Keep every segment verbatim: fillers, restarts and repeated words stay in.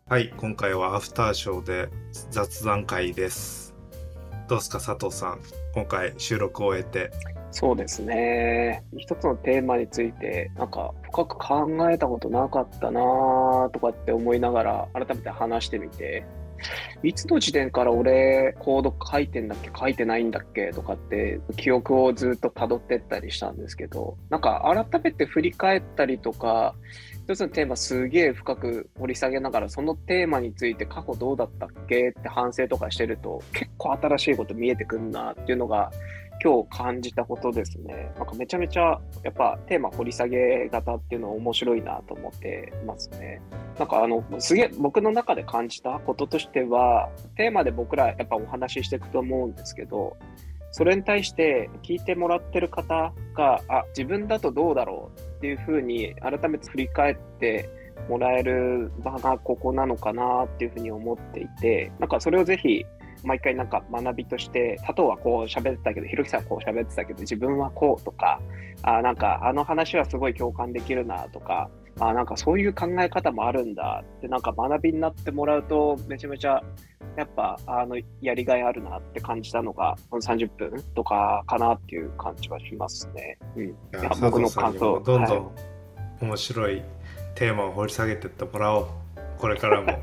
はい、今回はアフターショーで雑談会です。どうですか、佐藤さん。今回収録を終えて。 そうですね。一つのテーマについて、なんか深く考えたことなかったなーとかって思いながら、改めて話してみて、いつの時点から俺、コード書いてんだっけ、書いてないんだっけとかって、記憶をずっと辿ってったりしたんですけど、なんか改めて振り返ったりとか、一つのテーマすげえ深く掘り下げながら、そのテーマについて過去どうだったっけって反省とかしてると、結構新しいこと見えてくんなっていうのが、今日感じたことですね。なんかめちゃめちゃ、やっぱテーマ掘り下げ型っていうのは面白いなと思ってますね。なんかあの、すげえ僕の中で感じたこととしては、テーマで僕らやっぱお話ししていくと思うんですけど、それに対して聞いてもらってる方が、あ、自分だとどうだろうっていうふうに改めて振り返ってもらえる場がここなのかなっていうふうに思っていて、なんかそれをぜひ毎回なんか学びとして、佐藤はこう喋ってたけど、ひろきさんはこう喋ってたけど、自分はこうとか、あ、なんかあの話はすごい共感できるなとか、あ、なんかそういう考え方もあるんだって、なんか学びになってもらうと、めちゃめちゃやっぱあのやりがいあるなって感じたのが、このさんじゅっぷんとかかなっていう感じはしますね。うん。いいや、 や、 佐藤僕のさんにも感想、はい。 どんどん面白いテーマを掘り下げていってもらおう。これからも。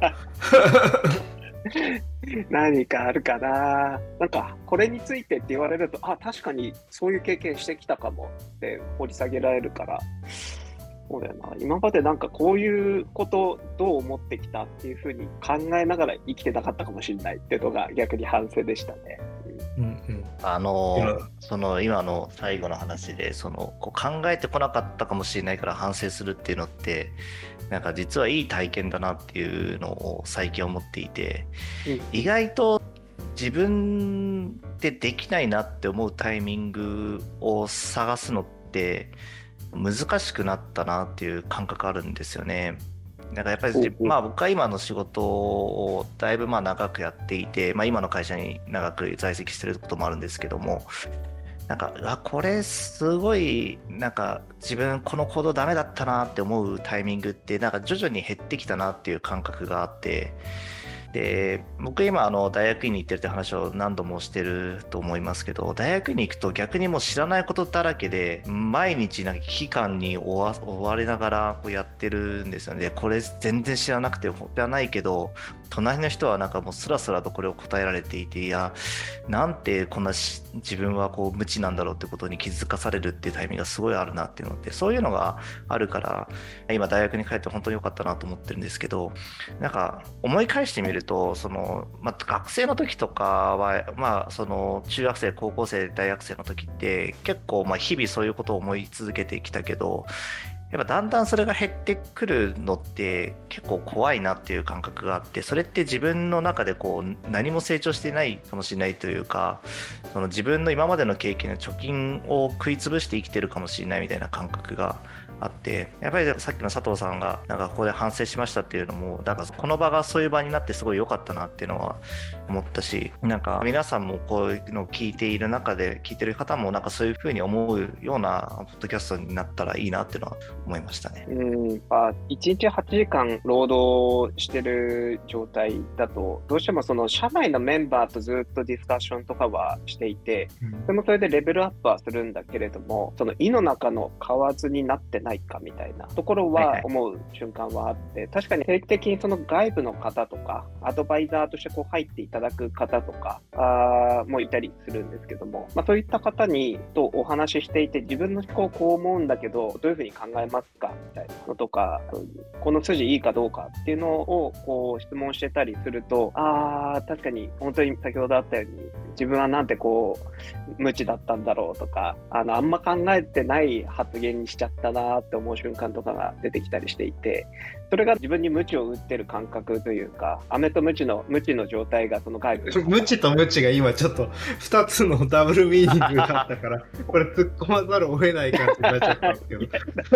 何かあるかな。なんか、これについてって言われると、あ、確かにそういう経験してきたかもって掘り下げられるから、そうだよな。今までなんかこういうことどう思ってきたっていうふうに考えながら生きてなかったかもしれないっていうのが逆に反省でしたね。 うんうん。 あいろの、その今の最後の話で、そのこう考えてこなかったかもしれないから反省するっていうのって、なんか実はいい体験だなっていうのを最近思っていて、 うん。 意外と自分でできないなって思うタイミングを探すのって難しくなったなっていう感覚あるんですよね。なんかやっぱりじ、 ほうほう。 まあ僕は今の仕事をだいぶまあ長くやっていて、まあ今の会社に長く在籍してることもあるんですけども、なんか、あ、これすごい、なんか自分この行動ダメだったなって思うタイミングって、なんか徐々に減ってきたなっていう感覚があって、で、僕今あの大学院に行ってるって話を何度もしてると思いますけど、大学院に行くと逆にもう知らないことだらけで、毎日なんか危機感に追わ、追われながらこうやってるんですよね。でこれ全然知らなくて、知らないけど、隣の人はなんかもうスラスラとこれを答えられていて、いや、なんてこんなし自分はこう無知なんだろうってことに気づかされるっていうタイミングがすごいあるなっていうのって、そういうのがあるから、今大学に帰って本当に良かったなと思ってるんですけど、なんか思い返してみると、その、まあ、学生の時とかは、まあ、その中学生、高校生、大学生の時って結構まあ日々そういうことを思い続けてきたけど、やっぱだんだんそれが減ってくるのって結構怖いなっていう感覚があって、それって自分の中でこう何も成長してないかもしれないというか、その自分の今までの経験の貯金を食い潰して生きてるかもしれないみたいな感覚があって、やっぱりさっきの佐藤さんがなんかここで反省しましたっていうのも、なんかこの場がそういう場になってすごい良かったなっていうのは思ったし、なんか皆さんもこういうのを聞いている中で、聞いてる方もなんかそういうふうに思うようなポッドキャストになったらいいなっていうのは思いましたね。 うん、あ、いちにちはちじかん労働してる状態だと、どうしてもその社内のメンバーとずっとディスカッションとかはしていて、それもそれでレベルアップはするんだけれども、その胃の中の蛙になってないかみたいなところはいはい。 は思う瞬間はあって、確かに定期的にその外部の方とか、アドバイザーとしてこう入っていただく方とか、あもいたりするんですけども、まあ、そういった方にとお話ししていて、自分の思考こう思うんだけど、どういうふうに考えますかみたいなのとか、この筋いいかどうかっていうのをこう質問してたりすると、ああ、確かに本当に先ほどあったように、自分はなんてこう、無知だったんだろうとか、あの、あんま考えてない発言にしちゃったなって思う瞬間とかが出てきたりしていて、それが自分に無知を打ってる感覚というか、飴とムチの、無知の状態がその外部の方無知と無知が今ちょっとふたつのダブルミーニングがあったから、これ突っ込まざるを得ない感じになっちゃったんですけど。 い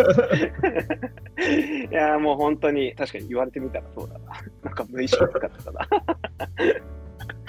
や、もう本当に、確かに言われてみたらそうだな。なんか無意識使ってたな。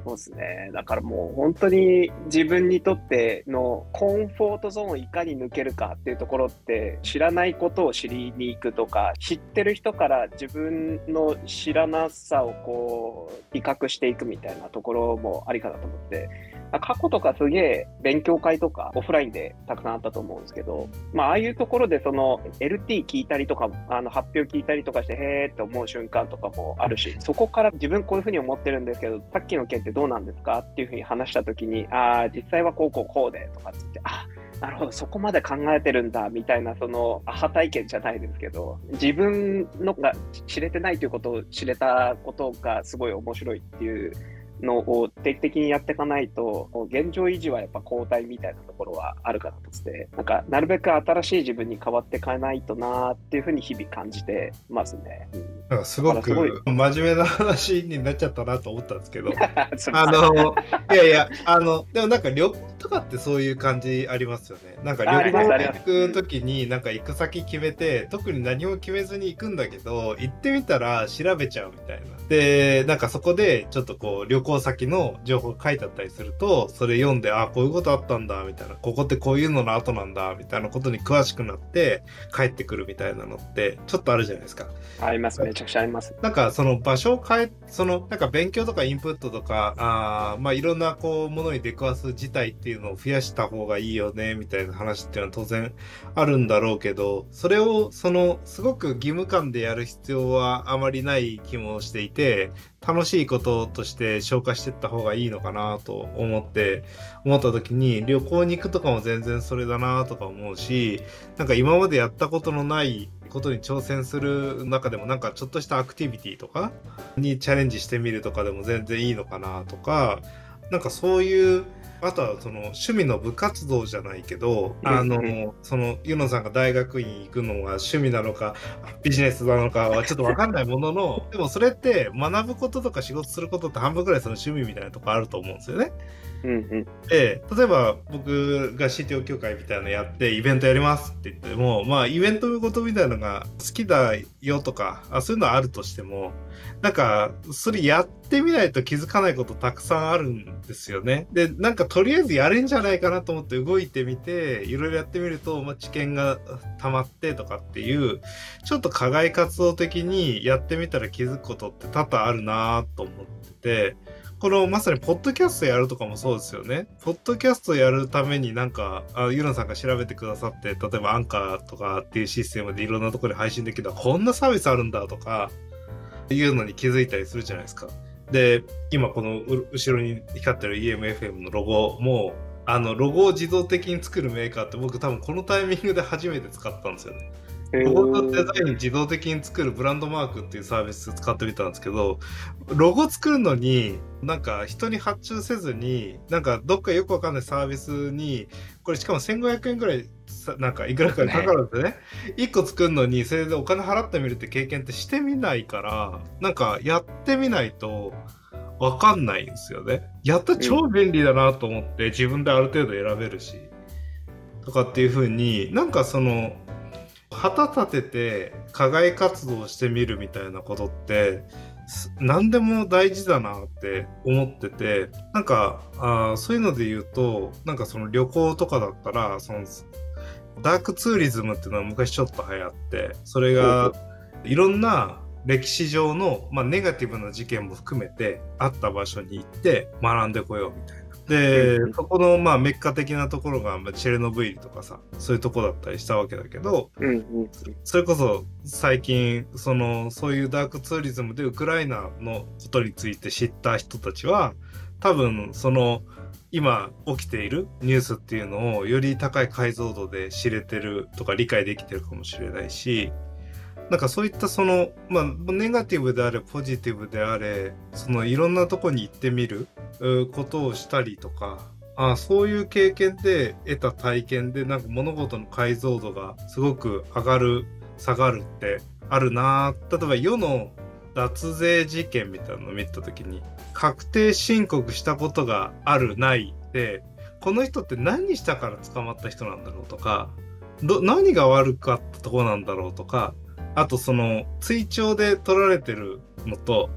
そうですね。だからもう本当に自分にとってのコンフォートゾーンをいかに抜けるかっていうところって、知らないことを知りに行くとか、知ってる人から自分の知らなさをこう比較していくみたいなところもありかなと思って、過去とかすげえ勉強会とかオフラインでたくさんあったと思うんですけど、まあああいうところでその エルティー 聞いたりとか、あの発表聞いたりとかしてへーって思う瞬間とかもあるし、そこから自分こういうふうに思ってるんですけど、さっきの件ってどうなんですかっていうふうに話したときに、ああ実際はこうこうこうでとかっつって、あなるほどそこまで考えてるんだみたいな、そのアハ体験じゃないですけど、自分のが知れてないということを知れたことがすごい面白いっていうのを定期的にやっていかないと、現状維持はやっぱ後退みたいなところはあるかなとして、なんかなるべく新しい自分に変わっていかないとなっていうふうに日々感じてますね。うん、 なんかすごく真面目な話になっちゃったなと思ったんですけどあのいやいやあのでもなんか旅行とかってそういう感じありますよね。なんか旅行行く時になんか行く先決めて特に何も決めずに行くんだけど、行ってみたら調べちゃうみたいな。でなんかそこでちょっとこう旅行先の情報が書いてあったりすると、それ読んで、あこういうことあったんだみたいな、ここってこういうのの後なんだみたいなことに詳しくなって帰ってくるみたいなのってちょっとあるじゃないですか。 あります、めちゃくちゃあります。 なんかその場所を変え、そのなんか勉強とかインプットとか、あまあいろんなこうものに出くわす事態っていうのを増やした方がいいよねみたいな話っていうのは当然あるんだろうけど、それをそのすごく義務感でやる必要はあまりない気もしていて、楽しいこととして消化していった方がいいのかなと思って思った時に、旅行に行くとかも全然それだなとか思うし、なんか今までやったことのないことに挑戦する中でもなんかちょっとしたアクティビティとかにチャレンジしてみるとかでも全然いいのかなとか、なんかそういう、あとはその趣味の部活動じゃないけど、うん、あのそのユノさんが大学院行くのが趣味なのかビジネスなのかはちょっと分かんないもののでもそれって学ぶこととか仕事することって半分ぐらいその趣味みたいなとこあると思うんですよね。うんうん、で例えば僕が シーティーオー 協会みたいなのやってイベントやりますって言っても、まあイベントのことみたいなのが好きだよとかあそういうのはあるとしても、なんかそれやってみないと気づかないことたくさんあるんですよね。でなんかとりあえずやれんじゃないかなと思って動いてみていろいろやってみると、まあ、知見が溜まってとかっていうちょっと課外活動的にやってみたら気づくことって多々あるなと思ってて、このまさにポッドキャストやるとかもそうですよね。ポッドキャストやるためになんかあユノさんが調べてくださって、例えばアンカーとかっていうシステムでいろんなところで配信できるこんなサービスあるんだとかいうのに気づいたりするじゃないですか。で今この後ろに光ってる イーエムエフエム のロゴもあのロゴを自動的に作るメーカーって僕多分このタイミングで初めて使ったんですよね。ロゴとデザイン自動的に作るブランドマークっていうサービス使ってみたんですけど、ロゴ作るのになんか人に発注せずになんかどっかよくわかんないサービスにこれしかもせんごひゃくえんぐらいなんかいくらかかかるんですね。いっこ作るのにそれでお金払ってみるって経験ってしてみないから、なんかやってみないとわかんないんですよね。やったら超便利だなと思って自分である程度選べるしとかっていう風になんかその旗立てて課外活動してみるみたいなことって何でも大事だなって思ってて、なんかあそういうので言うとなんかその旅行とかだったらそのダークツーリズムっていうのは昔ちょっと流行って、それがいろんな歴史上の、まあ、ネガティブな事件も含めてあった場所に行って学んでこようみたいな。で、うん、そこのまあメッカ的なところがチェルノブイリとかさそういうとこだったりしたわけだけど、うんうん、それこそ最近そのそういうダークツーリズムでウクライナのことについて知った人たちは多分その今起きているニュースっていうのをより高い解像度で知れてるとか理解できてるかもしれないし、なんかそういったそのまあネガティブであれポジティブであれそのいろんなとこに行ってみることをしたりとか、あそういう経験で得た体験でなんか物事の解像度がすごく上がる下がるってあるな。例えば世の脱税事件みたいなのを見た時に確定申告したことがあるないでこの人って何したから捕まった人なんだろうとかど何が悪かったとこなんだろうとか、あとその追徴で取られてるのと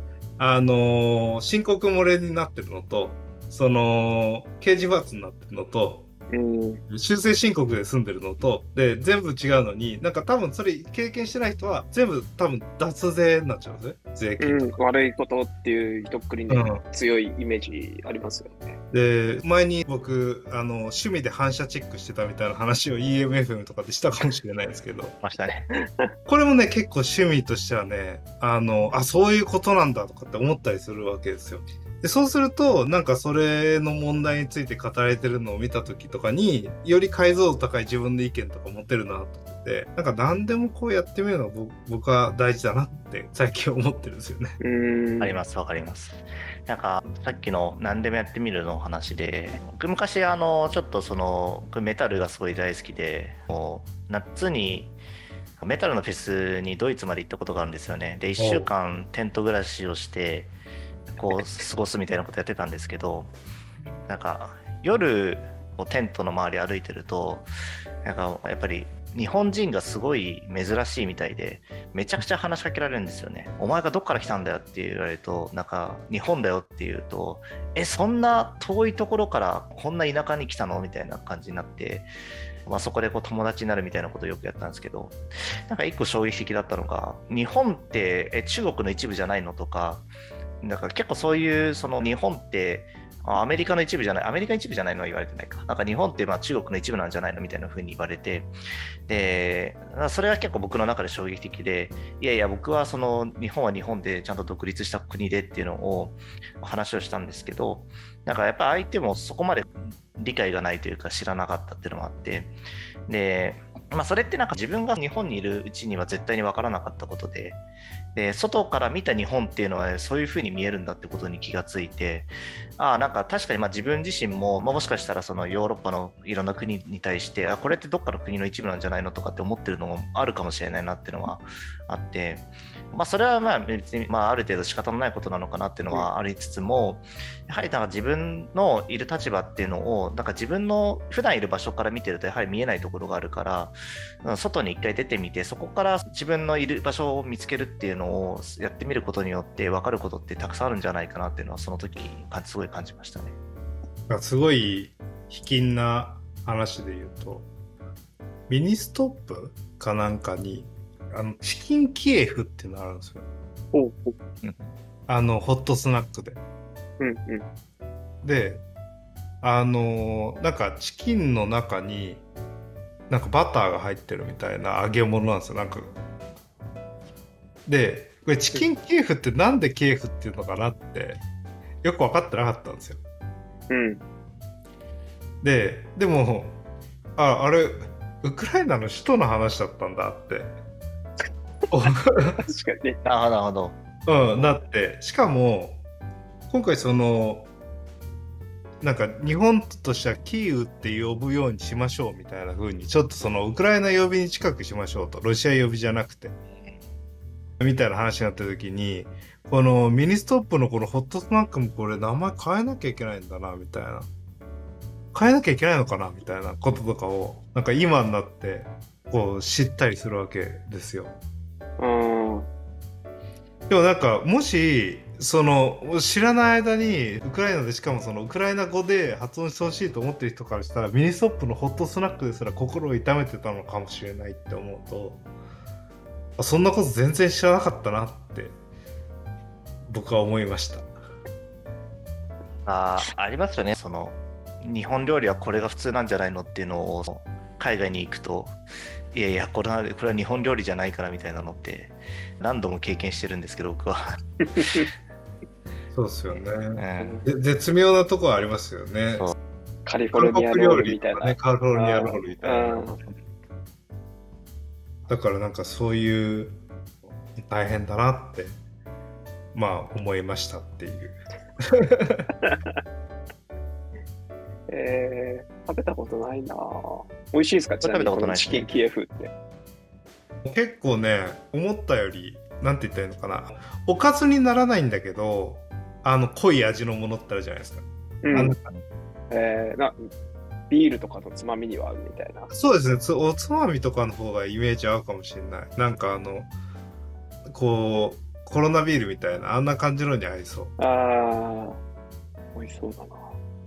あのー申告漏れになってるのと、その、刑事罰になってるのと、 うん。 修正申告で済んでるのと、で、全部違うのに、なんか多分それ経験してない人は、全部多分脱税になっちゃうんですね。税金うん、 とか。 悪いことっていう一括りでうん強いイメージありますよね。 で、前に僕、あの、趣味で反射チェックしてたみたいな話を イーエムエフエム とかでしたかもしれないですけど、 ましたね。 これもね、結構趣味としてはね、あの、あ、そういうことなんだとかって思ったりするわけですよ。で、そうすると、なんかそれの問題について語られてるのを見た時とかに、より解像度高い自分の意見とか持てるなと思って、なんか何でもこうやってみるのが僕僕は大事だなって最近思ってるんですよね。 うん。 あります、わかります。なんかさっきの何でもやってみるの話で、僕昔あのちょっとその僕メタルがすごい大好きで、もう夏にメタルのフェスにドイツまで行ったことがあるんですよね。でいっしゅうかんテント暮らしをしてこう過ごすみたいなことやってたんですけど、なんか夜こうテントの周り歩いてると、なんかやっぱり日本人がすごい珍しいみたいで、めちゃくちゃ話しかけられるんですよね。お前がどっから来たんだよって言われると、なんか日本だよって言うと、え、そんな遠いところからこんな田舎に来たのみたいな感じになって、まあ、そこでこう友達になるみたいなことをよくやったんですけど、なんか一個衝撃的だったのが、日本ってえ中国の一部じゃないのとか、なんか結構そういうその日本ってあアメリカの一部じゃない、アメリカの一部じゃないのは言われてないか。なんか日本ってまあ中国の一部なんじゃないのみたいな風に言われて、で、それは結構僕の中で衝撃的で、いやいや、僕はその日本は日本でちゃんと独立した国でっていうのを話をしたんですけど、なんかやっぱ相手もそこまで理解がないというか知らなかったっていうのもあって、で、まあそれってなんか自分が日本にいるうちには絶対に分からなかったことで、で外から見た日本っていうのはそういう風に見えるんだってことに気がついて、ああなんか確かにまあ自分自身も、まあ、もしかしたらそのヨーロッパのいろんな国に対してあこれってどっかの国の一部なんじゃないのとかって思ってるのもあるかもしれないなっていうのはあって、まあ、それはまあ別にまあある程度仕方のないことなのかなっていうのはありつつも、やはりなんか自分のいる立場っていうのをなんか自分の普段いる場所から見てるとやはり見えないところがあるから、外に一回出てみてそこから自分のいる場所を見つけるっていうのをやってみることによって分かることってたくさんあるんじゃないかなっていうのはその時すごい感じましたね。 すごい卑近な話で言うと、ミニストップかなんかにあのチキンキエフっていうのがあるんですよ。 おうおうあのホットスナックで。 うんうん。 で、あのなんかチキンの中になんかバターが入ってるみたいな揚げ物なんですよ。なんかで、これチキンキエフってなんでキエフっていうのかなってよく分かってなかったんですよ。 うん。 で、でもああれウクライナの首都の話だったんだって確かにね。 なるほど。 うん、なって、しかも今回そのなんか日本としてはキーウって呼ぶようにしましょうみたいな風にちょっとそのウクライナ呼びに近くしましょうと、ロシア呼びじゃなくてみたいな話になった時に、このミニストップのこのホットスナックもこれ名前変えなきゃいけないんだなみたいな、変えなきゃいけないのかなみたいなこととかをなんか今になってこう知ったりするわけですよ。 うん。 でもなんかもしその知らない間にウクライナでしかもそのウクライナ語で発音してほしいと思ってる人からしたらミニストップのホットスナックですら心を痛めてたのかもしれないって思うと、あそんなこと全然知らなかったなって僕は思いました。 あありますよね。その日本料理はこれが普通なんじゃないのっていうのを海外に行くと、いやいやこれはこれは日本料理じゃないからみたいなのって何度も経験してるんですけど僕はそうですよね、 うん、 で絶妙なところありますよね。 カリフォルニアロールみたいな、 ね、カリフォルニアロールみたいな。 うんだからなんかそういう大変だなってまあ思いましたっていうえー、食べたことないな。美味しいですか？ちなみにこのチキンキエフって結構ね思ったよりなんて言ったらいいのかな、おかずにならないんだけどあの濃い味のものってあるじゃないですか、 うん、 あのえー、なビールとかのつまみには合うみたいな。 そうですね、つおつまみとかの方がイメージ合うかもしれない。なんかあのこうコロナビールみたいなあんな感じのに合いそう。 あー、美味しそうだな。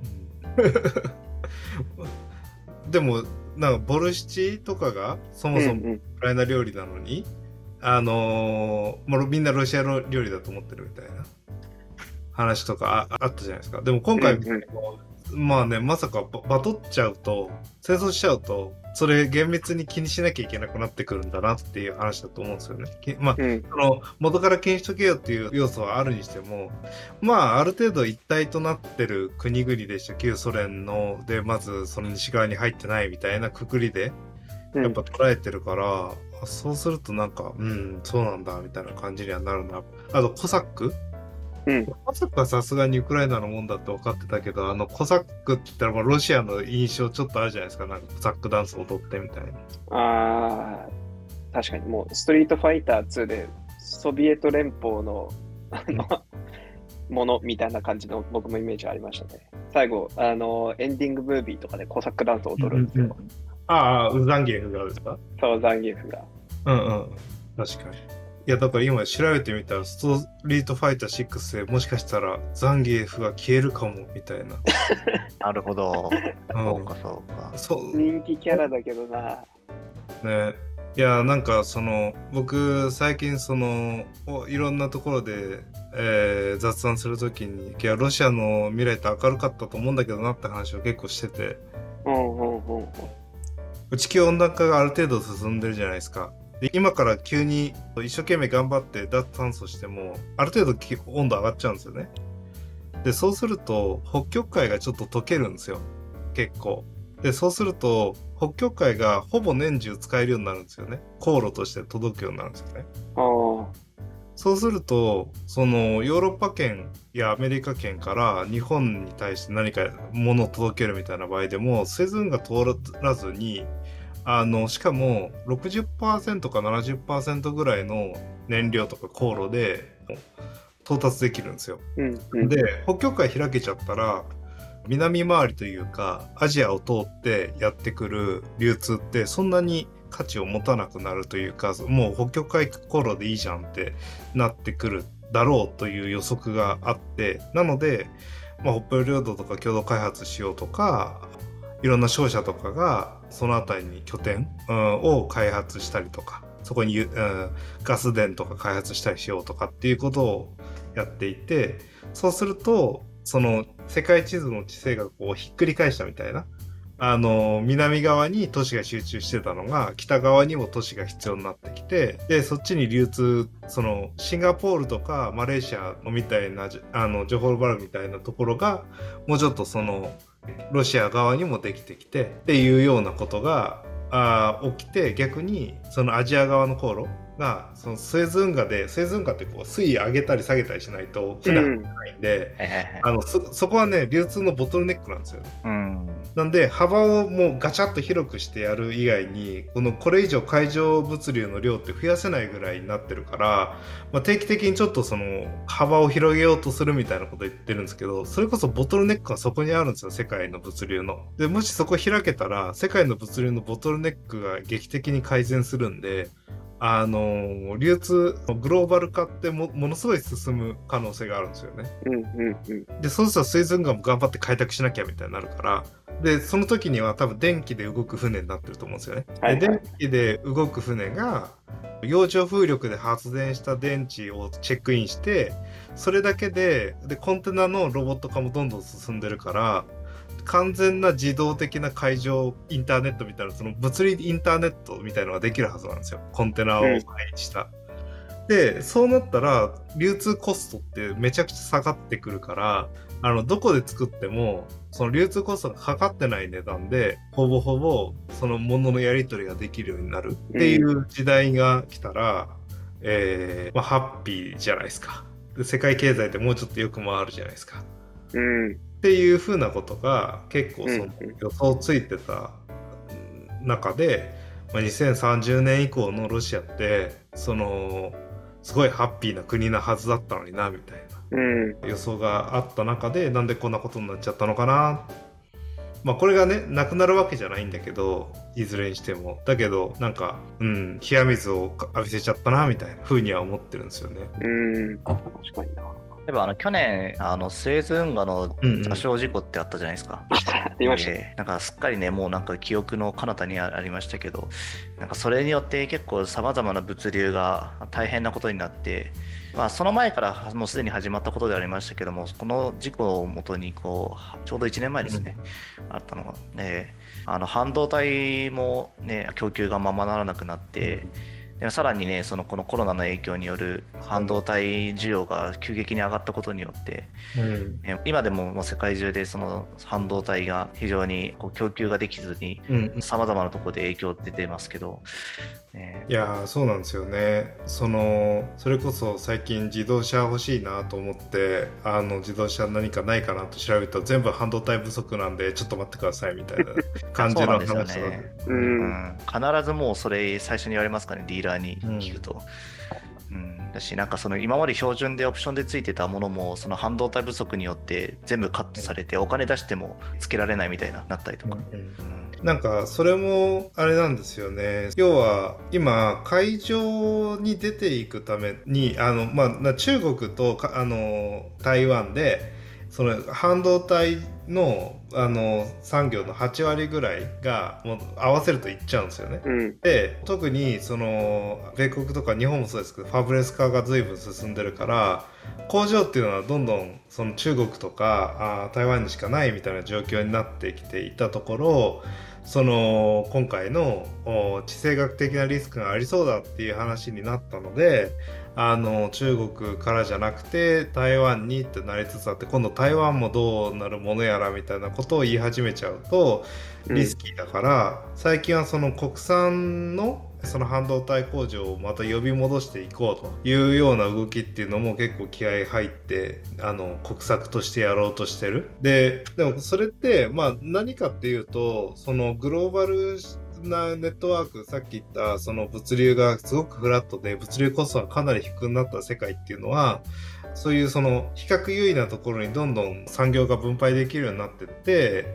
うん、でもなんかボルシチとかがそもそもうんうんウクライナ料理なのに、あのーもうみんなロシア料理だと思ってるみたいな話とか あ, あったじゃないですか。でも今回みたいにこう、まあね、まさかババトっちゃうと戦争しちゃうとそれ厳密に気にしなきゃいけなくなってくるんだなっていう話だと思うんですよね。きまあ、 うんその元から気にしとけよっていう要素はあるにしても、まあある程度一体となってる国々でした。旧ソ連のでまずその西側に入ってないみたいなくくりでうんやっぱ捉えてるから、あそうするとなんかうんそうなんだみたいな感じにはなるな。あとコサックうんコサックはさすがにウクライナのもんだって分かってたけど、あのコサックって言ったらまあロシアの印象ちょっとあるじゃないですか。なんかコサックダンス踊ってみたいな。 あー、確かにもうストリートファイターツーでソビエト連邦のあのものみたいな感じの僕もイメージありましたね。最後、あのエンディングムービーとかでコサックダンスを踊るんですよ。 ああ、ウザンギエフがですか？ そう、ザンギエフが。 うんうん。確かに。いや、だから今調べてみたら、ストリートファイターシックスでもしかしたらザンギエフが消えるかも、みたいな。 なるほど。 うんそうかそうか。 そう。 人気キャラだけどな。 ね。いや、なんかその、僕、最近その、おいろんなところで、えー雑談するときに、いや、ロシアの未来って明るかったと思うんだけどなって話を結構してて、 うんうんうんうん。 地球温暖化がある程度進んでるじゃないですか。で今から急に一生懸命頑張って脱炭素してもある程度き温度上がっちゃうんですよね。でそうすると北極海がちょっと溶けるんですよ、結構。でそうすると北極海がほぼ年中使えるようになるんですよね。航路として届くようになるんですよね。 あーそうするとそのヨーロッパ圏やアメリカ圏から日本に対して何か物を届けるみたいな場合でも水準が通らずに、あのしかも ろくじゅっパーセント か ななじゅっパーセント ぐらいの燃料とか航路で到達できるんですよ。 うんうん。 で北極海開けちゃったら南回りというかアジアを通ってやってくる流通ってそんなに価値を持たなくなるというか、もう北極海航路でいいじゃんってなってくるだろうという予測があって、なので、まあ、北方領土とか共同開発しようとかいろんな商社とかがその辺りに拠点、うん、を開発したりとか、そこに、うん、ガス田とか開発したりしようとかっていうことをやっていて、そうするとその世界地図の地勢がこうひっくり返したみたいな、あの南側に都市が集中してたのが北側にも都市が必要になってきて、でそっちに流通、そのシンガポールとかマレーシアのみたいなあのジョホールバルみたいなところがもうちょっとそのロシア側にもできてきてっていうようなことがあ起きて、逆にそのアジア側の航路がそのスエズ運河で、スエズ運河ってこう水位上げたり下げたりしないと船がないんで、 はいはいはい。 あの そ, そこはね流通のボトルネックなんですよね。 うん。 なんで幅をもうガチャッと広くしてやる以外にこのこれ以上海上物流の量って増やせないぐらいになってるから、まあ、定期的にちょっとその幅を広げようとするみたいなこと言ってるんですけど、それこそボトルネックがそこにあるんですよ、世界の物流の。でもしそこ開けたら世界の物流のボトルネックが劇的に改善するんで、あの流通グローバル化ってもものすごい進む可能性があるんですよね。 うんうんうん。 でそうするとスエズ運河も頑張って開拓しなきゃみたいになるから、でその時には多分電気で動く船になってると思うんですよね。 はいはいで電気で動く船が洋上風力で発電した電池をチェックインして、それだけででコンテナのロボット化もどんどん進んでるから、完全な自動的な海上インターネットみたいな、その物理インターネットみたいなのができるはずなんですよ、コンテナを配置した、うん、でそうなったら流通コストってめちゃくちゃ下がってくるから、あのどこで作ってもその流通コストがかかってない値段でほぼほぼその物のやり取りができるようになるっていう時代が来たら、うんえーまあ、ハッピーじゃないですか。で世界経済ってもうちょっとよく回るじゃないですか、 うんっていうふうなことが結構その予想ついてた中で、まあ、にせんさんじゅうねん以降のロシアってそのすごいハッピーな国なはずだったのになみたいな予想があった中で、なんでこんなことになっちゃったのかな。 まあこれがねなくなるわけじゃないんだけど、いずれにしてもだけどなんかうん冷や水を浴びせちゃったなみたいな風には思ってるんですよね。 うん確かにな。 例えばあの去年あのスエズ運河の座礁事故ってあったじゃないですか。 あった言いました。 えーなんかすっかりねもうなんか記憶の彼方にありましたけど、なんかそれによって結構さまざまな物流が大変なことになって、まあ、その前からもうすでに始まったことでありましたけども、この事故をもとにこうちょうどいちねんまえですね、あったのが、ね、あの半導体も、ね、供給がままならなくなって、でさらにねそのこのコロナの影響による半導体需要が急激に上がったことによって、 うんえ今でももう世界中でその半導体が非常にこう供給ができずにうんさまざまなところで影響出てますけど、ねいやーそうなんですよね。そのそれこそ最近自動車欲しいなと思ってあの自動車何かないかなと調べると全部半導体不足なんでちょっと待ってくださいみたいな感じの話そうなだんですよねううんん、必ずもうそれ最初に言われますかね、ディーラーに聞くと。うんだしなんかその今まで標準でオプションでついてたものもその半導体不足によって全部カットされてお金出してもつけられないみたいななったりとか、 うんうんなんかそれもあれなんですよね。要は今会場に出ていくためにあの、まあ、な中国とかあの台湾でその半導体のあの産業のはちわりぐらいがもう合わせるといっちゃうんですよね。 うんで特にその米国とか日本もそうですけどファブレス化が随分進んでるから工場っていうのはどんどんその中国とかあ台湾にしかないみたいな状況になってきていたところ、その今回のお地政学的なリスクがありそうだっていう話になったので、あの中国からじゃなくて台湾にってなりつつあって、今度台湾もどうなるものやらみたいなことを言い始めちゃうとリスキーだから、最近はその国産のその半導体工場をまた呼び戻していこうというような動きっていうのも結構気合い入ってあの国策としてやろうとしてる。ででもそれってまあ何かっていうと、そのグローバルなネットワーク、さっき言ったその物流がすごくフラットで物流コストがかなり低くなった世界っていうのは、そういうその比較優位なところにどんどん産業が分配できるようになってって、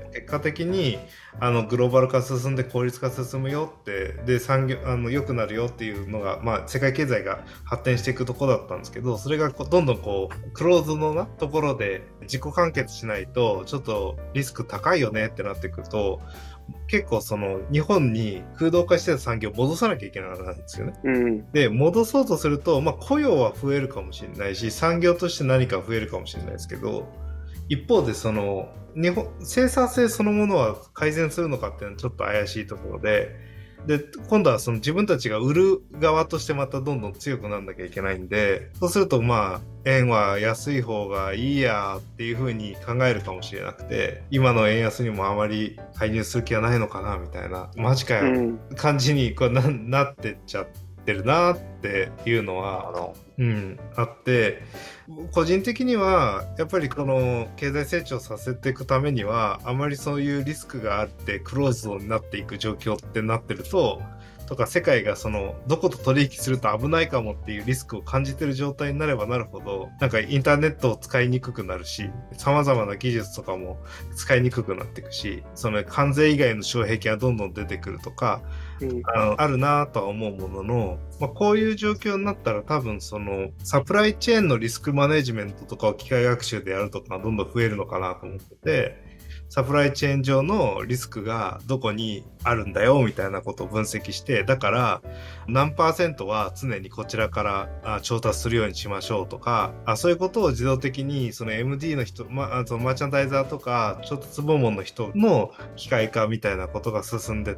結果的にあのグローバル化進んで効率化進むよって、で産業あの良くなるよっていうのが、まあ、世界経済が発展していくところだったんですけど、それがこうどんどんこうクローズのなところで自己完結しないとちょっとリスク高いよねってなってくると、結構その日本に空洞化してた産業を戻さなきゃいけないんですよね。 うん、 で戻そうとすると、まあ、雇用は増えるかもしれないし産業として何か増えるかもしれないですけど、一方でその日本生産性そのものは改善するのかっていうのはちょっと怪しいところで、で今度はその自分たちが売る側としてまたどんどん強くなんなきゃいけないんで、そうするとまあ円は安い方がいいやっていう風に考えるかもしれなくて、今の円安にもあまり介入する気はないのかなみたいな、マジかよ、うん、感じにこう な, なってっちゃってるなっていうのは、うん、あって、個人的にはやっぱりこの経済成長させていくためにはあまりそういうリスクがあってクローズドになっていく状況ってなってると、とか世界がそのどこと取引すると危ないかもっていうリスクを感じてる状態になればなるほど、なんかインターネットを使いにくくなるし、様々な技術とかも使いにくくなっていくし、その関税以外の障壁がどんどん出てくるとか、うん、あのあるなとは思うものの、まあ、こういう状況になったら多分そのサプライチェーンのリスクマネジメントとかを機械学習でやるとかどんどん増えるのかなと思ってて、サプライチェーン上のリスクがどこにあるんだよみたいなことを分析して、だから何パーセントは常にこちらから調達するようにしましょうとか、あそういうことを自動的にその エムディー の人、ま、そのマーチャンダイザーとか調達部門の人の機械化みたいなことが進んでって、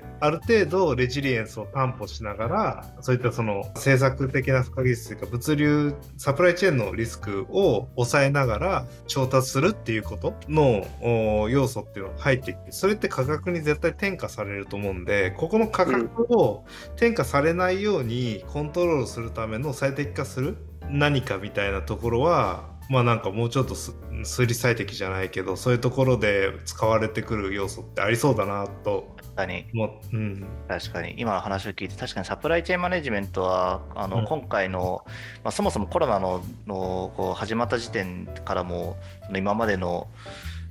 ある程度レジリエンスを担保しながら、そういったその政策的な不可技術というか物流サプライチェーンのリスクを抑えながら調達するっていうことの要素っていうのが入ってきて、それって価格に絶対転嫁されると思うんで、ここの価格を転嫁されないようにコントロールするための最適化する何かみたいなところは、まあなんかもうちょっと数理最適じゃないけど、そういうところで使われてくる要素ってありそうだなと。 確かに、 うん、 確かに今の話を聞いて、確かにサプライチェーンマネジメントはあの、うん、今回の、まあ、そもそもコロナののこう始まった時点からも今までの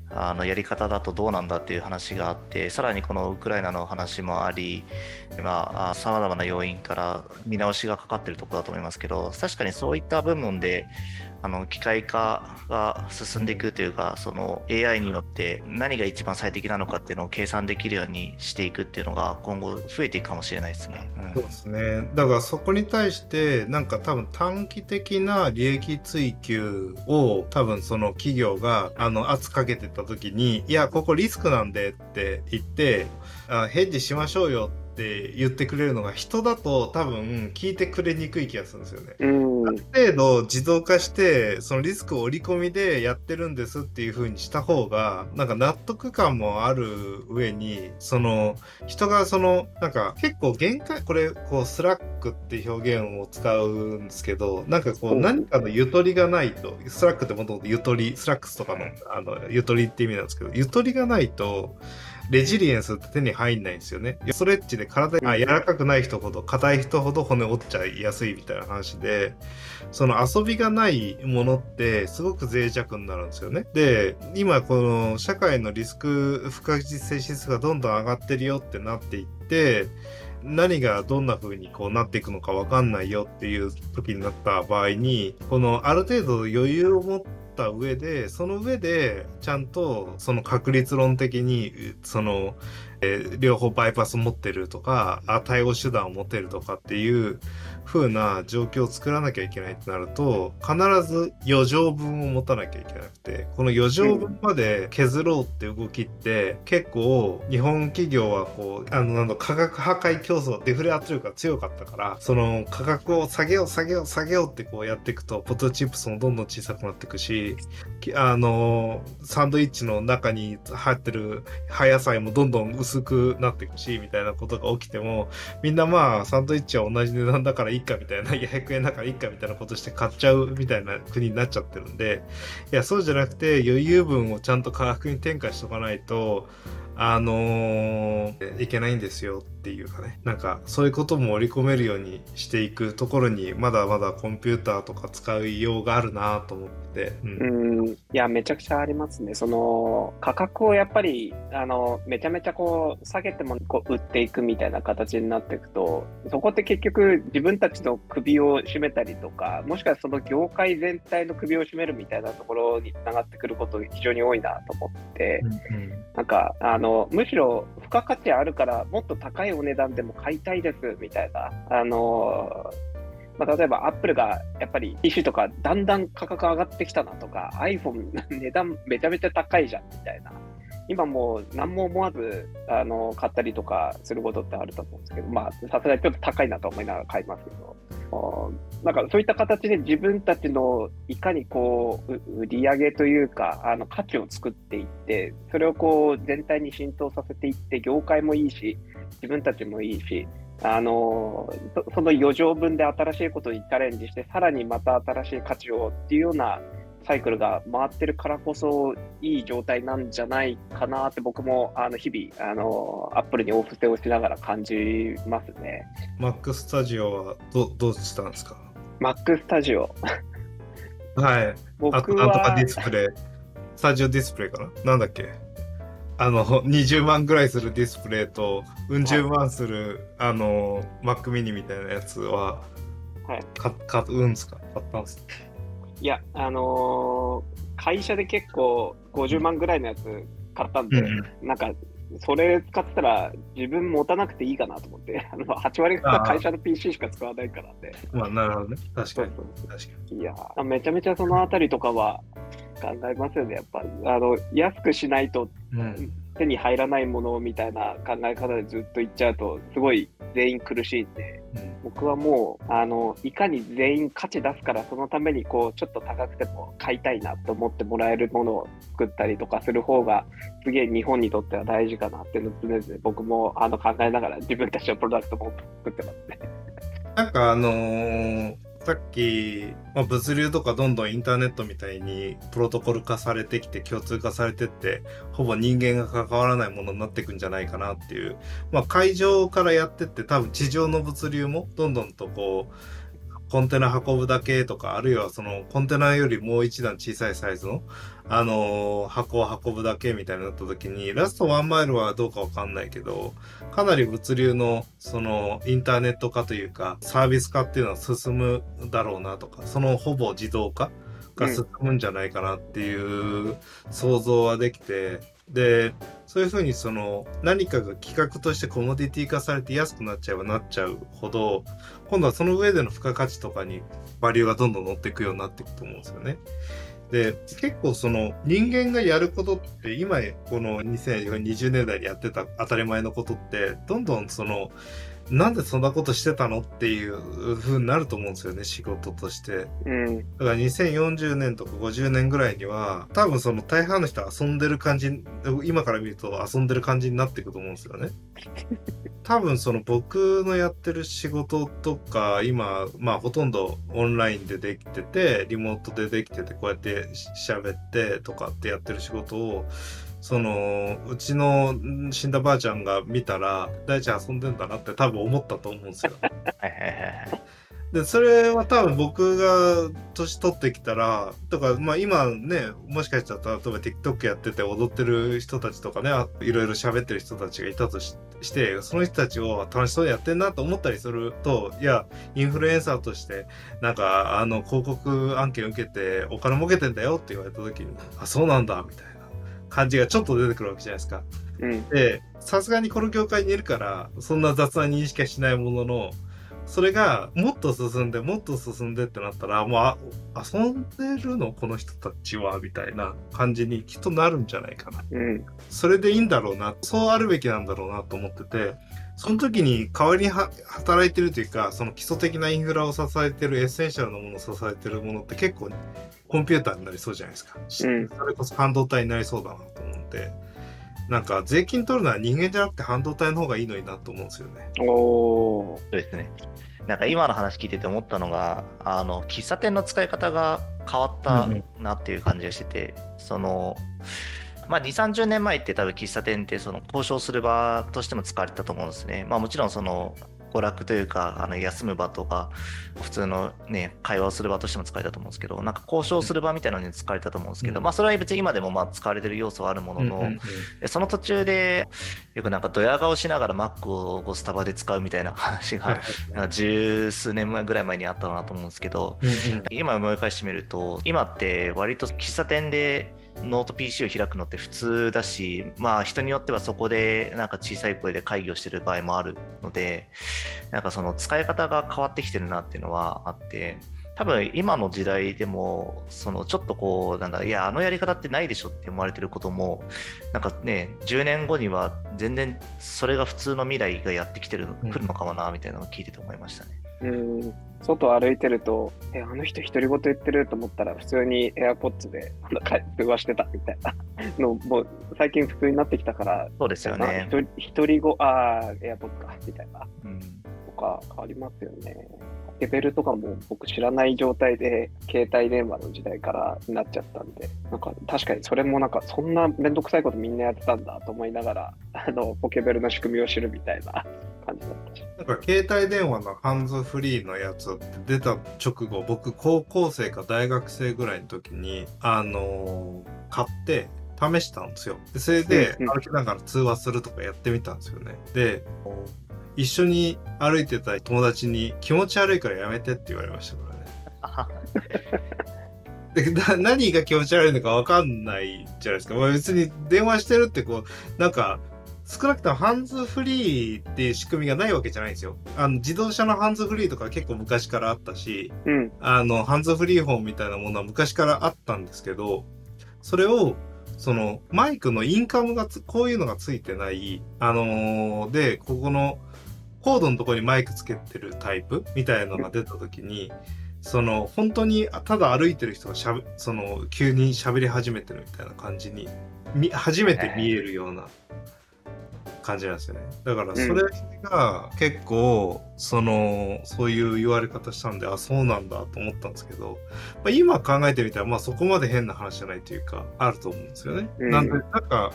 あのやり方だとどうなんだっていう話があって、さらにこのウクライナの話もあり、まあ、さまざまな要因から見直しがかかっているところだと思いますけど、確かにそういった部分であの機械化が進んでいくというか、その エーアイ によって何が一番最適なのかっていうのを計算できるようにしていくっていうのが今後増えていくかもしれないですね。うん、 そうですね。だからそこに対してなんか多分短期的な利益追求を多分その企業があの圧かけてた時に、いやここリスクなんでって言ってあヘッジしましょうよって言ってくれるのが人だと多分聞いてくれにくい気がするんですよね。 うんある程度自動化してそのリスクを織り込みでやってるんですっていう風にした方がなんか納得感もある上に、その人がそのなんか結構限界、これこうスラックって表現を使うんですけど、なんかこううん何かのゆとりがないと、スラックってもともとゆとり、スラックスとかのあのゆとりって意味なんですけど、ゆとりがないとレジリエンスって手に入んないんですよね。ストレッチで体が柔らかくない人ほど硬い人ほど骨折っちゃいやすいみたいな話で、その遊びがないものってすごく脆弱になるんですよね。で、今この社会のリスク不確実性指数がどんどん上がってるよってなっていって、何がどんな風にこうなっていくのか分かんないよっていう時になった場合に、このある程度余裕を持った上で、その上でちゃんとその確率論的にその、えー両方バイパス持ってるとか、あ対応手段を持てるとかっていう風な状況を作らなきゃいけないってなると、必ず余剰分を持たなきゃいけなくて、この余剰分まで削ろうって動きって結構日本企業はこうあのなんだ価格破壊競争、デフレ圧力が強かったから、その価格を下げよう下げよう下げようってこうやっていくとポテトチップスもどんどん小さくなっていくし、きあのサンドイッチの中に入ってる葉野菜もどんどん薄くなっていくしみたいなことが起きても、みんなまあサンドイッチは同じ値段だからいいかみたいな、いやひゃくえんだからいいかみたいなことして買っちゃうみたいな国になっちゃってるんで、いやそうじゃなくて余裕分をちゃんと価格に転嫁しとかないとあのーいけないんですよっていうかね、なんかそういうことも織り込めるようにしていくところにまだまだコンピューターとか使いようがあるなと思って、うん、 うん、いや、めちゃくちゃありますね。その価格をやっぱりあのめちゃめちゃこう下げてもこう売っていくみたいな形になっていくと、そこって結局自分たちの首を絞めたりとか、もしくはその業界全体の首を絞めるみたいなところにつながってくることが非常に多いなと思って、 うんうん、 なんかあのむしろ付加価値あるからもっと高いお値段でも買いたいですみたいな、あのまあ、例えばアップルがやっぱり ピーシー とかだんだん価格上がってきたなとか、 iPhone 値段めちゃめちゃ高いじゃんみたいな、今もう何も思わずあの買ったりとかすることってあると思うんですけど、まあさすがにちょっと高いなと思いながら買いますけど、なんかそういった形で自分たちのいかにこう売り上げというかあの価値を作っていって、それをこう全体に浸透させていって、業界もいいし自分たちもいいし、あのそその余剰分で新しいことにチャレンジして、さらにまた新しい価値をっていうようなサイクルが回ってるからこそいい状態なんじゃないかなって、僕もあの日々あのアップルにお布施をしながら感じますね。 Mac Studio はどどうしたんですか？ Mac Studio はい、 僕あとなんとかはディスプレイ、スタジオディスプレイかな、なんだっけ、あのにじゅうまんぐらいするディスプレイとうん十万する、はい、あの Mac mini みたいなやつは、はい、か買うんすか？買ったんすか？ いや、あのー、会社で結構ごじゅうまんぐらいのやつ買ったんで、うん、なんかそれ使ってたら自分持たなくていいかなと思って、あのはち割が会社の ピーシー しか使わないからで。 まあなるほどね。確かに。 そうそう確かに。 いや、めちゃめちゃそのあたりとかは考えますよね、やっぱり。あの安くしないと手に入らないものみたいな考え方でずっと言っちゃうと、すごい全員苦しいんで、うん、僕はもうあのいかに全員価値出すから、そのためにこうちょっと高くても買いたいなと思ってもらえるものを作ったりとかする方がすげえ日本にとっては大事かなっていうのを常々僕もあの考えながら自分たちのプロダクトも作ってますね。 なんかあのーさっき、まあ、物流とかどんどんインターネットみたいにプロトコル化されてきて共通化されてって、ほぼ人間が関わらないものになっていくんじゃないかなっていう、まあ、海上からやってって多分地上の物流もどんどんとこうコンテナ運ぶだけとか、あるいはそのコンテナよりもう一段小さいサイズの、あのー箱を運ぶだけみたいになった時に、ラストワンマイルはどうかわかんないけど、かなり物流のそのインターネット化というか、サービス化っていうのは進むだろうなとか、そのほぼ自動化が進むんじゃないかなっていう想像はできて、で、そういうふうにその何かが企画としてコモディティ化されて安くなっちゃえばなっちゃうほど、今度はその上での付加価値とかにバリューがどんどん乗っていくようになっていくと思うんですよね。で、結構その人間がやることって今このにせんにじゅうねんだいにやってた当たり前のことってどんどんそのなんでそんなことしてたのっていう風になると思うんですよね、仕事として。 うん。 だからにせんよんじゅうねんとかごじゅうねんぐらいには多分その大半の人は遊んでる感じ、今から見ると遊んでる感じになっていくと思うんですよね。多分その僕のやってる仕事とか今まあほとんどオンラインでできててリモートでできててこうやって喋ってとかってやってる仕事をそのうちの死んだばあちゃんが見たら大ちゃん遊んでんだなって多分思ったと思うんですよ。 はいはいはいはい。 でそれは多分僕が年取ってきたらとか、まあ、今ねもしかしたら例えば TikTok やってて踊ってる人たちとかねいろいろ喋ってる人たちがいたと し, してその人たちを楽しそうにやってんなと思ったりするといやインフルエンサーとしてなんかあの広告案件受けてお金儲けてんだよって言われた時にあそうなんだみたいな感じがちょっと出てくるわけじゃないですか。 うん。 でさすがにこの業界にいるからそんな雑な認識はしないもののそれがもっと進んでもっと進んでってなったらもうあ遊んでるのこの人たちはみたいな感じにきっとなるんじゃないかな。 うん。 それでいいんだろうなそうあるべきなんだろうなと思っててその時に代わりには働いてるというかその基礎的なインフラを支えてるエッセンシャルなものを支えてるものって結構コンピューターになりそうじゃないですか、うん、それこそ半導体になりそうだなと思ってなんか税金取るのは人間じゃなくて半導体の方がいいのになと思うんですよね。 おー。 そうですね。なんか今の話聞いてて思ったのがあの喫茶店の使い方が変わったなっていう感じがしてて、うんうん、そのまあにじゅうさんじゅうねんまえって多分喫茶店ってその交渉する場としても使われてたと思うんですね。まあもちろんその娯楽というかあの休む場とか普通のね会話をする場としても使われたと思うんですけどなんか交渉する場みたいなのに使われたと思うんですけど、うん、まあそれは別に今でもまあ使われてる要素はあるものの、うんうんうん、その途中でよくなんかドヤ顔しながら Mac をスタバで使うみたいな話が十数年前ぐらい前にあったなと思うんですけど、うんうん、今思い返してみると今って割と喫茶店でノート ピーシー を開くのって普通だし、まあ人によってはそこでなんか小さい声で会議をしてる場合もあるので、なんかその使い方が変わってきてるなっていうのはあって、多分今の時代でもそのちょっとこうなんだいやあのやり方ってないでしょって思われてることもなんかねじゅうねんごには全然それが普通の未来がやってきてる来るのかもなみたいなのを聞いてて思いましたね。 うん、外歩いてるとえあの人独り言言ってると思ったら普通に AirPods で通話してたみたいなのもう最近普通になってきたからそうですよね。 独り語あー AirPods かみたいな、 うん、 とか変わりますよね。レベルとかも僕知らない状態で携帯電話の時代からなっちゃったんでなんか確かにそれもなんかそんなめんどくさいことみんなやってたんだと思いながらあのポケベルの仕組みを知るみたいな感じだったしなんか携帯電話のハンズフリーのやつって出た直後僕高校生か大学生ぐらいの時にあのー、買って試したんですよ。でそれで歩きながら通話するとかやってみたんですよね。で一緒に歩いてた友達に気持ち悪いからやめてって言われましたからね。でな何が気持ち悪いのか分かんないじゃないですか。まあ、別に電話してるってこうなんか少なくともハンズフリーっていう仕組みがないわけじゃないんですよ。あの自動車のハンズフリーとか結構昔からあったし、 うん、あのハンズフリーフォンみたいなものは昔からあったんですけど、それをそのマイクのインカムがつこういうのがついてないあのー、でここのコードのところにマイクつけてるタイプみたいなのが出た時にその本当にただ歩いてる人がしゃべその急に喋り始めてるみたいな感じに初めて見えるような感じなんですよね。だからそれが結構そのそういう言われ方したんであそうなんだと思ったんですけど、まあ、今考えてみたらまあそこまで変な話じゃないというかあると思うんですよね。うん、なんでなんか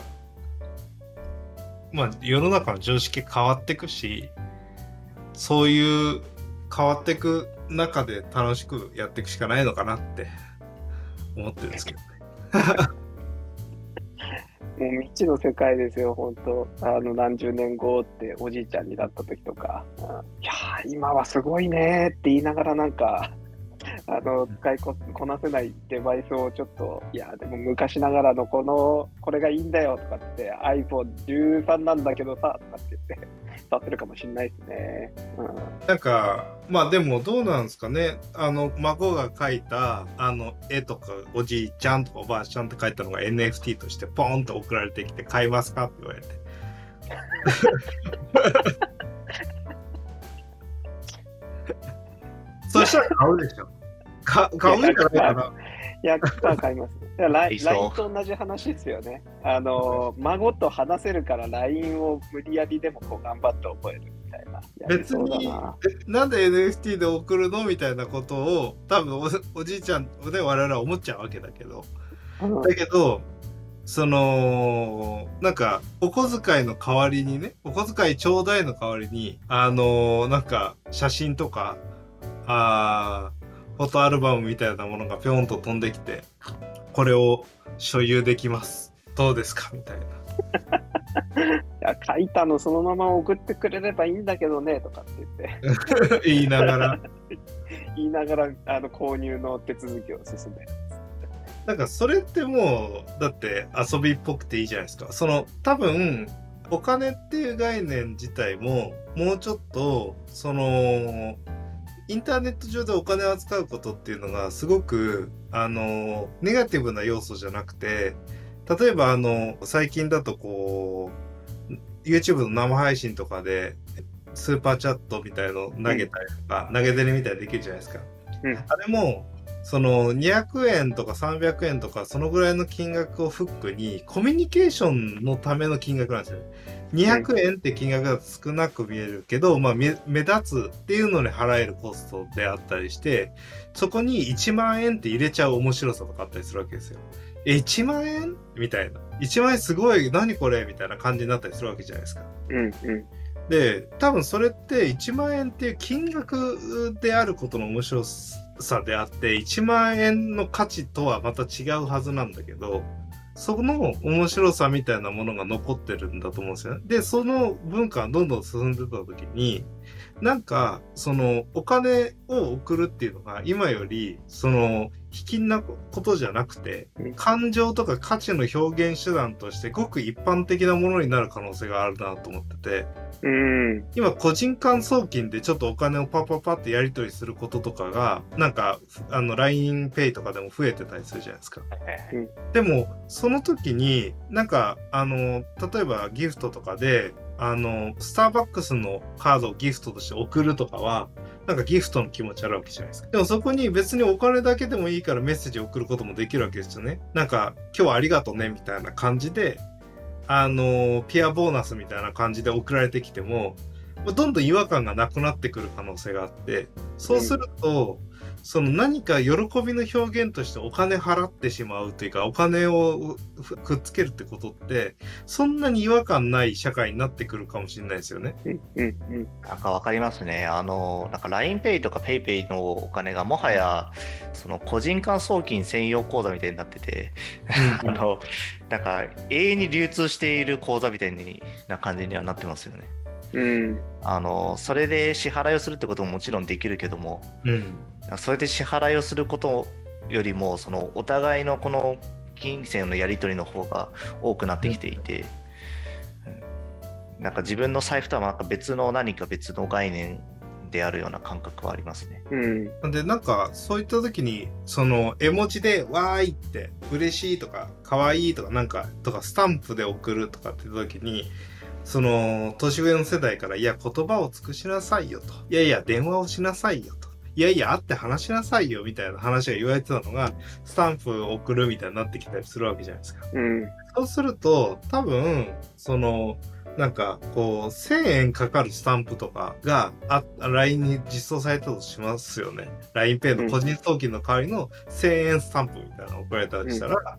まあ世の中の常識変わっていくしそういう変わっていく中で楽しくやっていくしかないのかなって思ってるんですけどね。 もう未知の世界ですよ、本当。あの何十年後っておじいちゃんになった時とか、うん、いやー今はすごいねーって言いながらなんかあの使い こ, こなせないデバイスをちょっと、いやでも昔ながらのこのこれがいいんだよとかって アイフォンじゅうさん なんだけどさとかって言って触ってるかもしれないですね、うん、 なんかまあでもどうなんですかね、あの孫が描いたあの絵とかおじいちゃんとかおばあちゃんって描いたのが エヌエフティー としてポーンと送られてきて買いますかって言われてそしたら買うでしょ。か買うんじゃないかな。 いや、買います。ライン と同じ話ですよね。あの、孫と話せるから ライン を無理やりでもこう頑張って覚えるみたいな。 別にな、なんで エヌエフティー で送るのみたいなことを多分 お, おじいちゃんで我々は思っちゃうわけだけど。うん、だけど、その、なんか、お小遣いの代わりにね、お小遣いちょうだいの代わりに、あの、なんか、写真とか、あフォトアルバムみたいなものがぴょんと飛んできて、これを所有できます。どうですかみたいな。 いや、書いたのそのまま送ってくれればいいんだけどね、とかって言って。 言いながら。 言いながら、あの、購入の手続きを進める。 なんかそれってもう、だって遊びっぽくていいじゃないですか。その、多分、お金っていう概念自体も、もうちょっと、その、インターネット上でお金を扱うことっていうのがすごくあのネガティブな要素じゃなくて、例えばあの最近だとこう YouTube の生配信とかでスーパーチャットみたいの投げたりとか、うん、投げ銭みたいにできるじゃないですか、うん、あれもそのにひゃくえんとかさんびゃくえんとかそのぐらいの金額をフックにコミュニケーションのための金額なんですよね。にひゃくえんって金額だと少なく見えるけど、まあ、目立つっていうのに払えるコストであったりして、そこにいちまんえんって入れちゃう面白さとかあったりするわけですよ。え、いちまんえんみたいな。いちまんえんすごい、何これみたいな感じになったりするわけじゃないですか。 うんうん。 で、多分それっていちまんえんっていう金額であることの面白さであって、いちまんえんの価値とはまた違うはずなんだけど、その面白さみたいなものが残ってるんだと思うんですよね。で、その文化がどんどん進んでた時に、なんか、そのお金を送るっていうのが今より、その、卑近なことじゃなくて、感情とか価値の表現手段としてごく一般的なものになる可能性があるなと思ってて、 うん、 今個人間送金でちょっとお金をパッパッパってやり取りすることとかがなんかあの ライン ペイとかでも増えてたりするじゃないですか、うん、でもその時になんかあの例えばギフトとかであのスターバックスのカードをギフトとして送るとかはなんかギフトの気持ちあるわけじゃないですか。でもそこに別にお金だけでもいいからメッセージを送ることもできるわけですよね。なんか今日はありがとうねみたいな感じであのピアボーナスみたいな感じで送られてきてもどんどん違和感がなくなってくる可能性があって、そうすると、うん、その何か喜びの表現としてお金払ってしまうというかお金をくっつけるってことってそんなに違和感ない社会になってくるかもしれないですよね。 うんうんうん、 なんかわかりますね。あのなんか ライン ペイとか ペイペイのお金がもはやその個人間送金専用口座みたいになってて、うん、あのなんか永遠に流通している口座みたいな感じにはなってますよね。 うん、 あのそれで支払いをするってことももちろんできるけども、 うん、 それで支払いをすることよりもそのお互いのこの金銭のやり取りの方が多くなってきていて、うん、なんか自分の財布とはなんか別の何か別の概念であるような感覚はありますね。 うん、でなんかそういった時にその絵文字でわーいって嬉しいとかかわいいとかなんかとかスタンプで送るとかって言った時にその年上の世代からいや言葉を尽くしなさいよといやいや電話をしなさいよといやいや会って話しなさいよみたいな話が言われてたのがスタンプを送るみたいになってきたりするわけじゃないですか、 うん、 そうすると多分そのなんかこうせんえんかかるスタンプとかがあ ライン に実装されたとしますよね。 ライン ペイの個人送金の代わりのせんえんスタンプみたいなのを送られたりしたら、うん、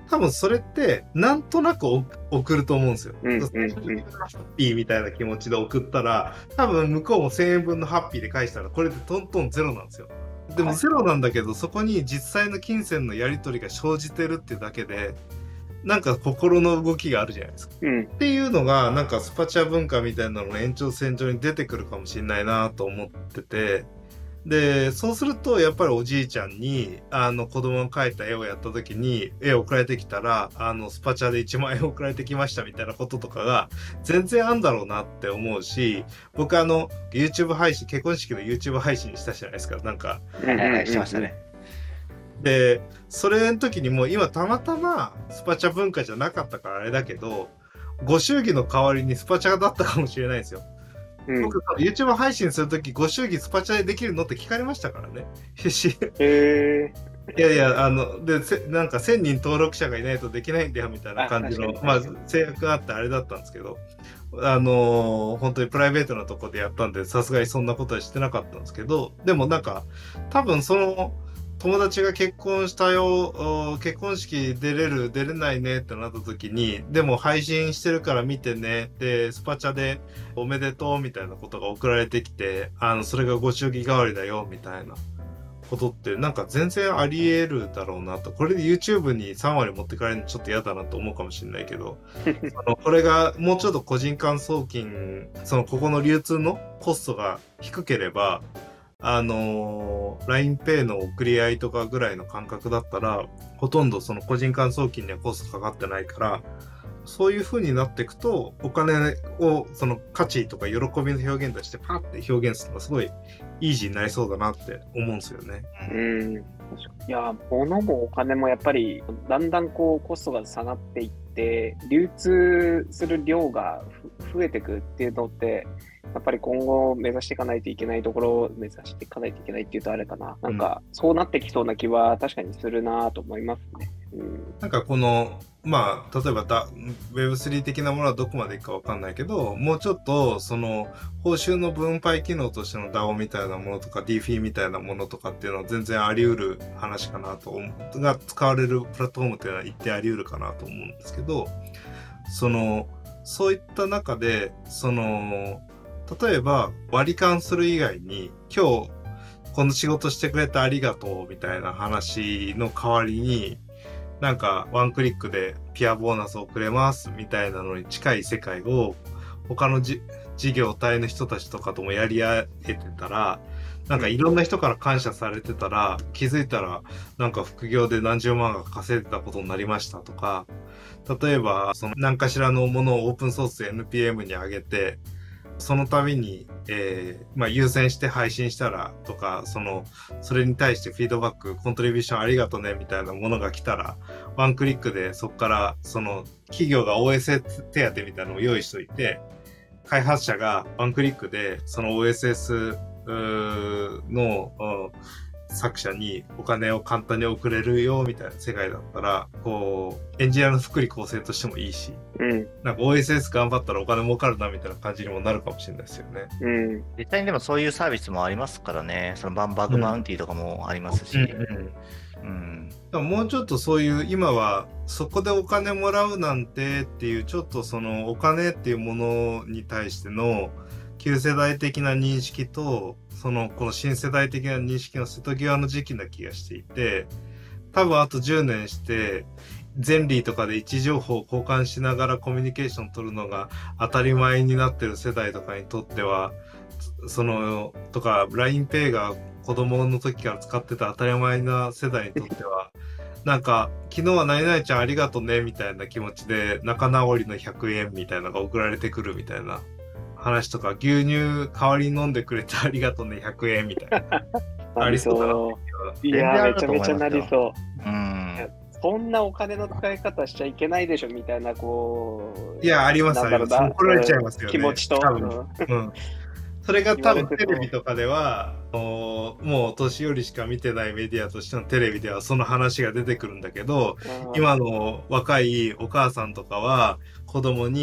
多分それってなんとなく送ると思うんですよ。 うんうんうんハッピーみたいな気持ちで送ったら、多分向こうもせんえんぶんのハッピーで返したらこれでトントンゼロなんですよ。でもゼロなんだけど、そこに実際の金銭のやり取りが生じてるっていうだけで、なんか心の動きがあるじゃないですか。 うん。 っていうのがなんかスパチャ文化みたいなのの延長線上に出てくるかもしれないなと思ってて、でそうするとやっぱりおじいちゃんにあの子供が描いた絵をやった時に絵送られてきたら、あのスパチャでいちまんえん送られてきましたみたいなこととかが全然あんだろうなって思うし、僕あの YouTube 配信、結婚式の YouTube 配信したじゃないですか。なんかはいはいはい、してましたね。 でそれの時にもう今たまたまスパチャ文化じゃなかったからあれだけど、ご祝儀の代わりにスパチャだったかもしれないですよ。 うん、 僕 YouTube 配信するときご祝儀スパチャでできるのって聞かれましたからね。 へいやいや、あのでせなんかせんにん登録者がいないとできないんだよみたいな感じの、まあ、制約があってあれだったんですけど、あのー、本当にプライベートなとこでやったんでさすがにそんなことはしてなかったんですけど、でもなんか多分その友達が結婚したよ、結婚式出れる出れないねってなった時に、でも配信してるから見てね、でスパチャでおめでとうみたいなことが送られてきて、あのそれがご祝儀代わりだよみたいなことってなんか全然あり得るだろうなと。これで YouTube にさんわり持ってかれるのちょっと嫌だなと思うかもしれないけどあのこれがもうちょっと個人間送金、そのここの流通のコストが低ければ、あのー、ラインペイ の送り合いとかぐらいの感覚だったらほとんどその個人間送金にはコストかかってないから、そういう風になっていくとお金をその価値とか喜びの表現としてパッて表現するのがすごいイージーになりそうだなって思うんですよね。 うん。いや、物もお金もやっぱりだんだんこうコストが下がっていって流通する量が増えていくっていうのってやっぱり今後目指していかないといけないところを目指していかないといけないっていうとあれかな。なんかそうなってきそうな気は確かにするなと思いますね。うん、 なんかこのまあ例えばだ ウェブスリー 的なものはどこまでいくかわかんないけど、もうちょっとその報酬の分配機能としての ダオ みたいなものとか ディーフィー みたいなものとかっていうのは全然あり得る話かなと思うが使われるプラットフォームっていうのは一定あり得るかなと思うんですけど、そのそういった中でその例えば割り勘する以外に今日この仕事してくれてありがとうみたいな話の代わりになんかワンクリックでピアボーナスをくれますみたいなのに近い世界を他のじ事業体の人たちとかともやり合えてたら、なんかいろんな人から感謝されてたら気づいたらなんか副業で何十万が稼いでたことになりましたとか、例えばその何かしらのものをオープンソースで エヌピーエム に上げてその度に、えーまあ、優先して配信したらとか、そのそれに対してフィードバックコントリビューションありがとねみたいなものが来たらワンクリックでそこからその企業が オーエスエス 手当みたいなのを用意しといて、開発者がワンクリックでその オーエスエス の作者にお金を簡単に送れるよみたいな世界だったら、こうエンジニアの福利厚生としてもいいし、うん、なんか オーエスエス 頑張ったらお金儲かるなみたいな感じにもなるかもしれないですよね。 うん、 実際にでもそういうサービスもありますからね。そのバンバグバウンティーとかもありますし、うんうんうん、もうちょっとそういう今はそこでお金もらうなんてっていうちょっとそのお金っていうものに対しての旧世代的な認識とそのこの新世代的な認識の瀬戸際の時期な気がしていて、多分あとじゅうねんしてゼンリーとかで位置情報を交換しながらコミュニケーション取るのが当たり前になってる世代とかにとっては、そのとか ラインペイ が子供の時から使ってた当たり前な世代にとってはなんか昨日は何々ちゃんありがとねみたいな気持ちで仲直りのひゃくえんみたいなのが送られてくるみたいな話とか、牛乳代わりに飲んでくれてありがとねひゃくえんみたいなありそうだな。 いやめちゃめちゃなりそう。 うん、 そんなお金の使い方しちゃいけないでしょみたいな、こういやありますあります。怒られちゃいますよね、 気持ちと、 多分、うん、それが多分テレビとかではもうお年寄りしか見てないメディアとしてのテレビではその話が出てくるんだけど、今の若いお母さんとかは子供に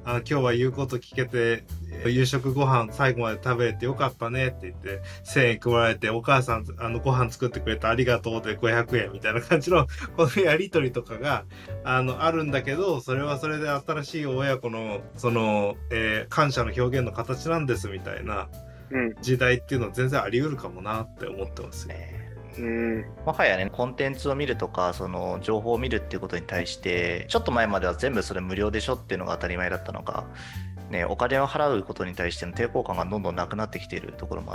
あ今日は言うこと聞けて夕食ご飯最後まで食べれてよかったねって言ってせんえん配られて、お母さんあのご飯作ってくれてありがとうでごひゃくえんみたいな感じのこのやり取りとかがあのあるんだけど、それはそれで新しい親子のその、えー感謝の表現の形なんですみたいなうん。 時代っていうのは全然あり得るかもなって思ってますよ。 ねうん。 もはやね、コンテンツを見るとか、その情報を見るっていうことに対して、ちょっと前までは全部それ無料でしょっていうのが当たり前だったのが、ね、お金を払うことに対しての抵抗感がどんどんなくなってきているところもあって、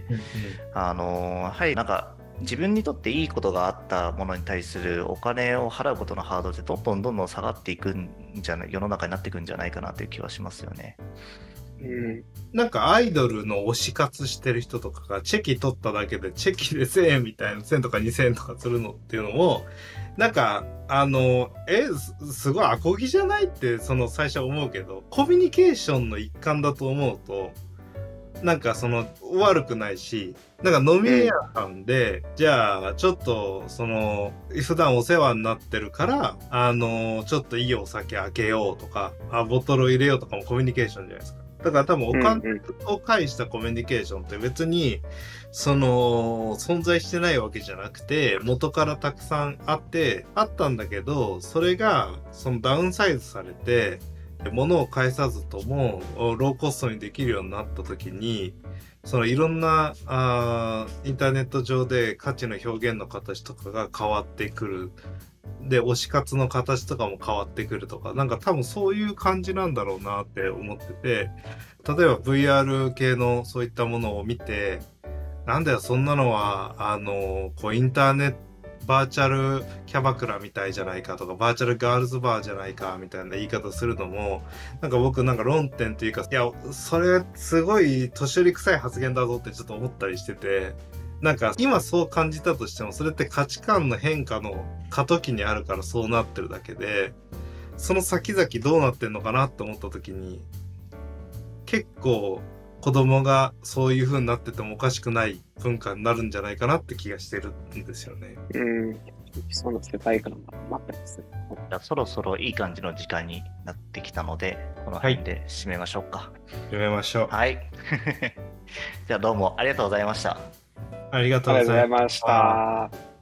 あのやはりなんか自分にとっていいことがあったものに対するお金を払うことのハードルってどんどんどんどん下がっていくんじゃない、世の中になっていくんじゃないかなという気はしますよね。 うん。 なんかアイドルの推し活してる人とかがチェキ取っただけでチェキでせんえんみたいなせんとかにせんえんとかするのっていうのもなんかあのえすすごいアコギじゃないってその最初は思うけど、コミュニケーションの一環だと思うとなんかその悪くないし、なんか飲み屋さんで、うん、じゃあちょっとその普段お世話になってるからあのちょっといいお酒開けようとかあボトルを入れようとかもコミュニケーションじゃないですか。だから多分お金を介したコミュニケーションって別にその存在してないわけじゃなくて元からたくさんあってあったんだけど、それがそのダウンサイズされて物を返さずともローコストにできるようになった時に、そのいろんなあインターネット上で価値の表現の形とかが変わってくる。で推し活の形とかも変わってくるとか、なんか多分そういう感じなんだろうなって思ってて、例えば ブイアール 系のそういったものを見て、なんだよそんなのはあのこうインターネットバーチャルキャバクラみたいじゃないかとかバーチャルガールズバーじゃないかみたいな言い方するのもなんか僕なんか論点というか、いやそれすごい年寄り臭い発言だぞってちょっと思ったりしてて、なんか今そう感じたとしてもそれって価値観の変化の過渡期にあるからそうなってるだけで、その先々どうなってんのかなって思った時に結構子供がそういう風になっててもおかしくない文化になるんじゃないかなって気がしてるんですよね。 うん。その世界観が待ってますね。 じゃあそろそろいい感じの時間になってきたので、この辺で締めましょうか。 締めましょう。 はい。じゃあどうもありがとうございました。 ありがとうございました。